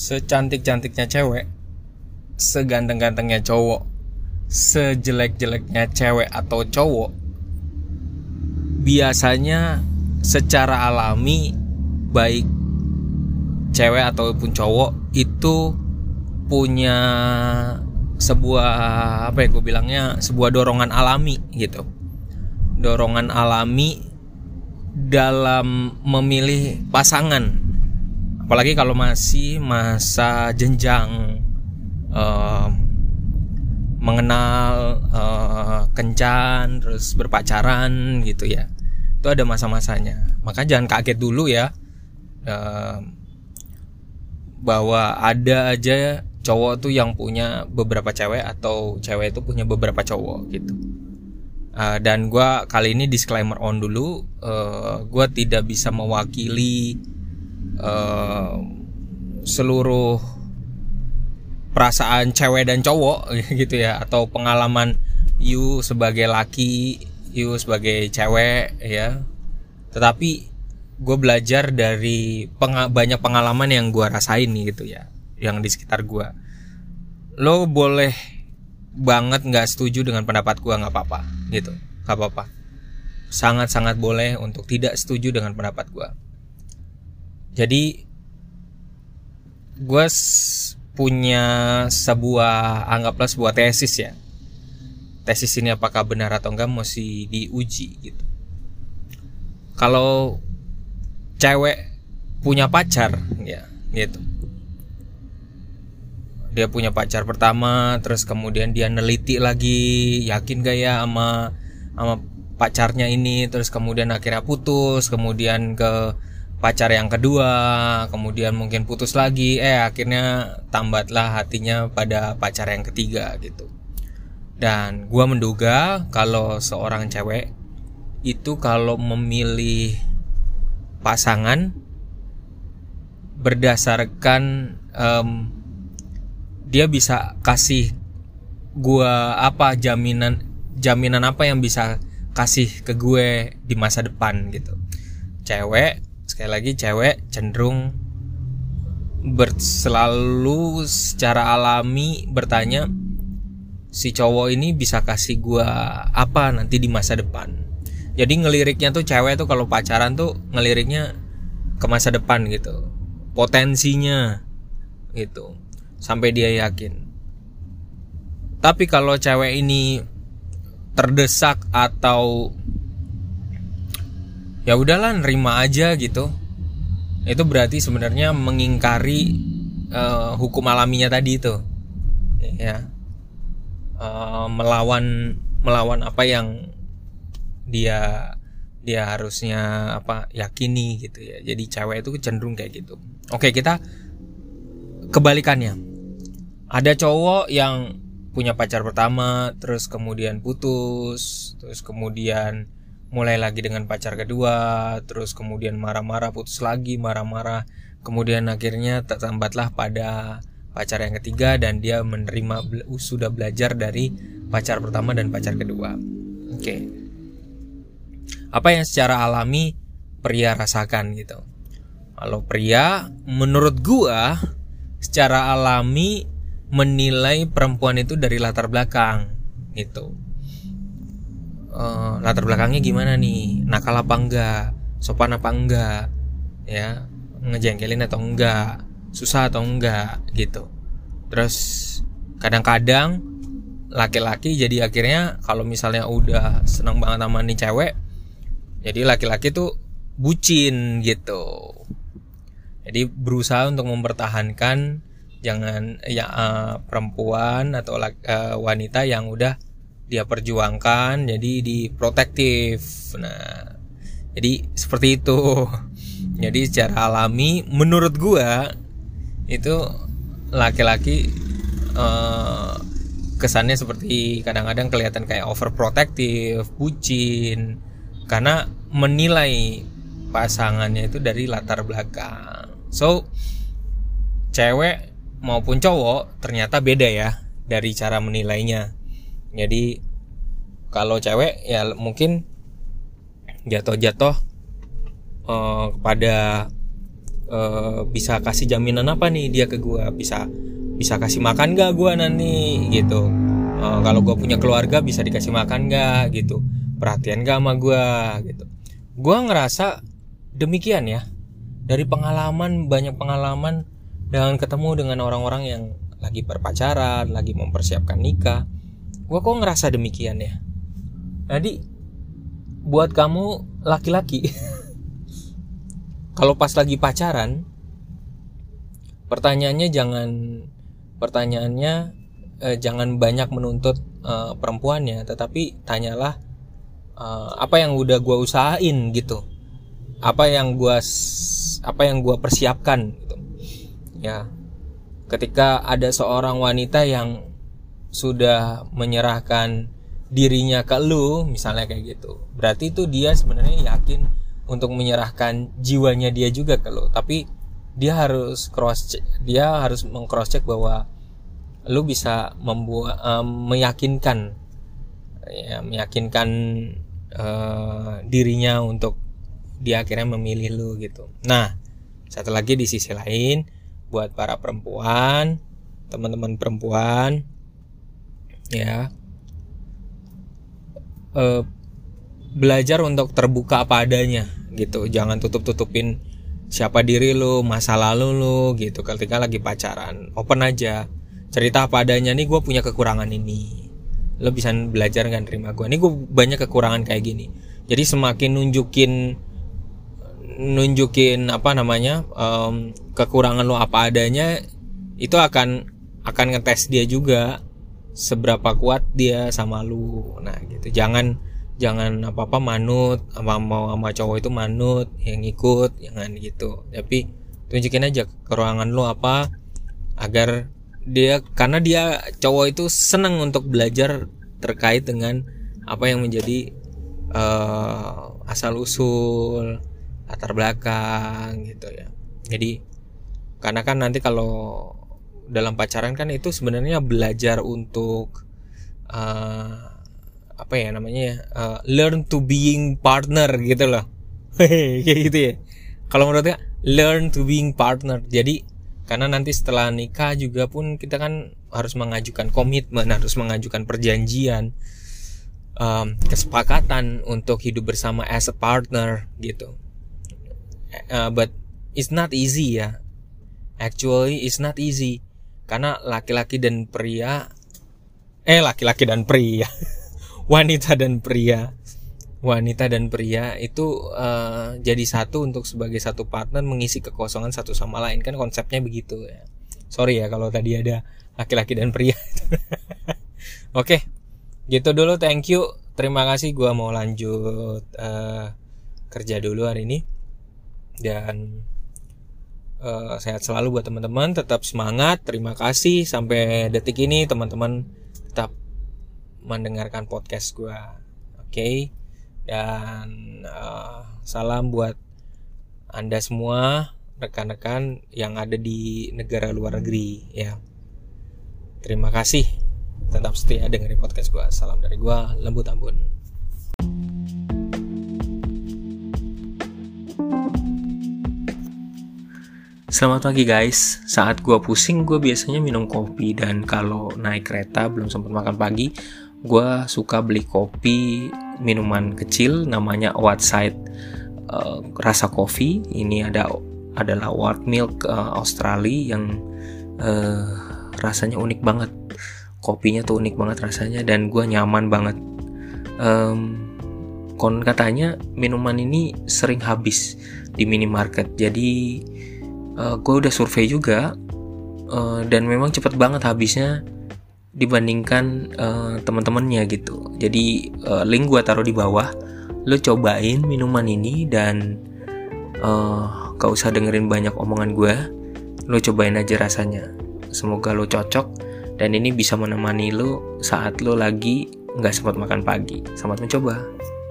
secantik-cantiknya cewek, seganteng-gantengnya cowok, sejelek-jeleknya cewek atau cowok, biasanya secara alami baik cewek ataupun cowok itu punya sebuah gue bilangnya sebuah dorongan alami gitu. Dorongan alami dalam memilih pasangan, apalagi kalau masih masa jenjang mengenal, kencan, terus berpacaran gitu ya. Itu ada masa-masanya. Maka jangan kaget dulu ya, bahwa ada aja cowok tuh yang punya beberapa cewek atau cewek itu punya beberapa cowok gitu. Dan gue kali ini disclaimer on dulu, gue tidak bisa mewakili seluruh perasaan cewek dan cowok gitu ya, atau pengalaman you sebagai laki, you sebagai cewek ya. Tetapi gue belajar dari banyak pengalaman yang gue rasain nih gitu ya, yang di sekitar gue. Lo boleh banget nggak setuju dengan pendapat gue, nggak apa-apa gitu, nggak apa-apa. Sangat-sangat boleh untuk tidak setuju dengan pendapat gue. Jadi gue punya anggaplah sebuah tesis ya. Tesis ini apakah benar atau enggak mesti diuji gitu. Kalau cewek punya pacar ya gitu, dia punya pacar pertama, terus kemudian dia neliti lagi, yakin gak ya sama pacarnya ini, terus kemudian akhirnya putus, kemudian ke pacar yang kedua, kemudian mungkin putus lagi, akhirnya tambatlah hatinya pada pacar yang ketiga gitu. Dan gua menduga kalau seorang cewek itu kalau memilih pasangan berdasarkan dia bisa kasih gua apa, jaminan apa yang bisa kasih ke gue di masa depan gitu. Sekali lagi cewek cenderung selalu secara alami bertanya, si cowok ini bisa kasih gua apa nanti di masa depan. Jadi ngeliriknya tuh cewek tuh kalau pacaran tuh ngeliriknya ke masa depan gitu, potensinya gitu, sampai dia yakin. Tapi kalau cewek ini terdesak atau ya udahlah nerima aja gitu, itu berarti sebenarnya mengingkari hukum alaminya tadi itu ya, melawan apa yang dia harusnya yakini gitu ya. Jadi cewek itu cenderung kayak gitu. Oke, kita kebalikannya. Ada cowok yang punya pacar pertama, terus kemudian putus, terus kemudian mulai lagi dengan pacar kedua, terus kemudian marah-marah, putus lagi, marah-marah, kemudian akhirnya tertambatlah pada pacar yang ketiga, dan dia sudah belajar dari pacar pertama dan pacar kedua. Oke. Apa yang secara alami pria rasakan gitu. Kalau pria, menurut gua secara alami menilai perempuan itu dari latar belakang gitu. Latar belakangnya gimana nih, nakal apa enggak, sopan apa enggak ya, ngejengkelin atau enggak, susah atau enggak gitu. Terus kadang-kadang laki-laki jadi akhirnya kalau misalnya udah senang banget sama nih cewek, jadi laki-laki tuh bucin gitu. Jadi berusaha untuk mempertahankan perempuan atau wanita yang udah dia perjuangkan, jadi diprotektif. Nah, jadi seperti itu. Jadi secara alami menurut gua itu laki-laki kesannya seperti kadang-kadang kelihatan kayak overprotective, bucin, karena menilai pasangannya itu dari latar belakang. So, cewek maupun cowok ternyata beda ya dari cara menilainya. Jadi kalau cewek ya mungkin jatuh kepada bisa kasih jaminan apa nih dia ke gue, bisa kasih makan gak gue nanti gitu. Kalau gue punya keluarga bisa dikasih makan gak gitu, perhatian gak sama gue gitu. Gue ngerasa demikian ya, dari banyak pengalaman dengan ketemu dengan orang-orang yang lagi berpacaran, lagi mempersiapkan nikah. Gue kok ngerasa demikian ya. Jadi buat kamu laki-laki kalau pas lagi pacaran, pertanyaannya jangan banyak menuntut perempuannya, tetapi tanyalah apa yang udah gue usahain gitu, apa yang gue persiapkan gitu ya. Ketika ada seorang wanita yang sudah menyerahkan dirinya ke lu misalnya kayak gitu, berarti itu dia sebenarnya yakin untuk menyerahkan jiwanya dia juga ke lu. Tapi dia harus meng-cross check bahwa lu bisa meyakinkan dirinya untuk dia akhirnya memilih lu gitu. Nah, satu lagi di sisi lain, buat para perempuan, teman-teman perempuan ya, belajar untuk terbuka apa adanya gitu. Jangan tutup-tutupin siapa diri lu, masa lalu lu gitu. Ketika lagi pacaran, open aja, cerita apa adanya. Nih gue punya kekurangan ini, lo bisa belajar kan terima gue. Nih gue banyak kekurangan kayak gini. Jadi semakin nunjukin kekurangan lo apa adanya, itu akan ngetes dia juga seberapa kuat dia sama lu. Nah gitu, jangan manut sama cowok itu, manut yang ikut, jangan gitu. Tapi tunjukin aja kekurangan lu apa, agar karena dia cowok itu senang untuk belajar terkait dengan apa yang menjadi asal usul, latar belakang gitu ya. Jadi karena kan nanti kalau dalam pacaran kan itu sebenarnya belajar untuk learn to being partner gitu loh. Kayak gitu ya. Kalau menurutnya learn to being partner. Jadi karena nanti setelah nikah juga pun kita kan harus mengajukan komitmen, harus mengajukan perjanjian, kesepakatan untuk hidup bersama as a partner gitu. But it's not easy ya. Actually it's not easy. Karena laki-laki dan pria wanita dan pria itu jadi satu untuk sebagai satu partner, mengisi kekosongan satu sama lain, kan konsepnya begitu ya. Sorry ya kalau tadi ada laki-laki dan pria. Oke, gitu dulu, thank you, terima kasih. Gua mau lanjut kerja dulu hari ini, dan sehat selalu buat teman-teman, tetap semangat. Terima kasih sampai detik ini teman-teman tetap mendengarkan podcast gue. Oke. Dan salam buat Anda semua, rekan-rekan yang ada di negara luar negeri ya. Terima kasih, tetap setia dengerin podcast gue. Salam dari gue, Lembut Ambon. Selamat pagi guys. Saat gue pusing, gue biasanya minum kopi. Dan kalau naik kereta belum sempat makan pagi, gue suka beli kopi minuman kecil namanya Whiteside rasa kopi. Ini adalah white milk Australia yang rasanya unik banget. Kopinya tuh unik banget rasanya, dan gue nyaman banget. Konon katanya minuman ini sering habis di minimarket. Jadi gue udah survei juga, dan memang cepet banget habisnya dibandingkan teman-temannya gitu. Jadi link gue taruh di bawah. Lo cobain minuman ini dan gak usah dengerin banyak omongan gue. Lo cobain aja rasanya. Semoga lo cocok, dan ini bisa menemani lo saat lo lagi gak sempat makan pagi. Selamat mencoba.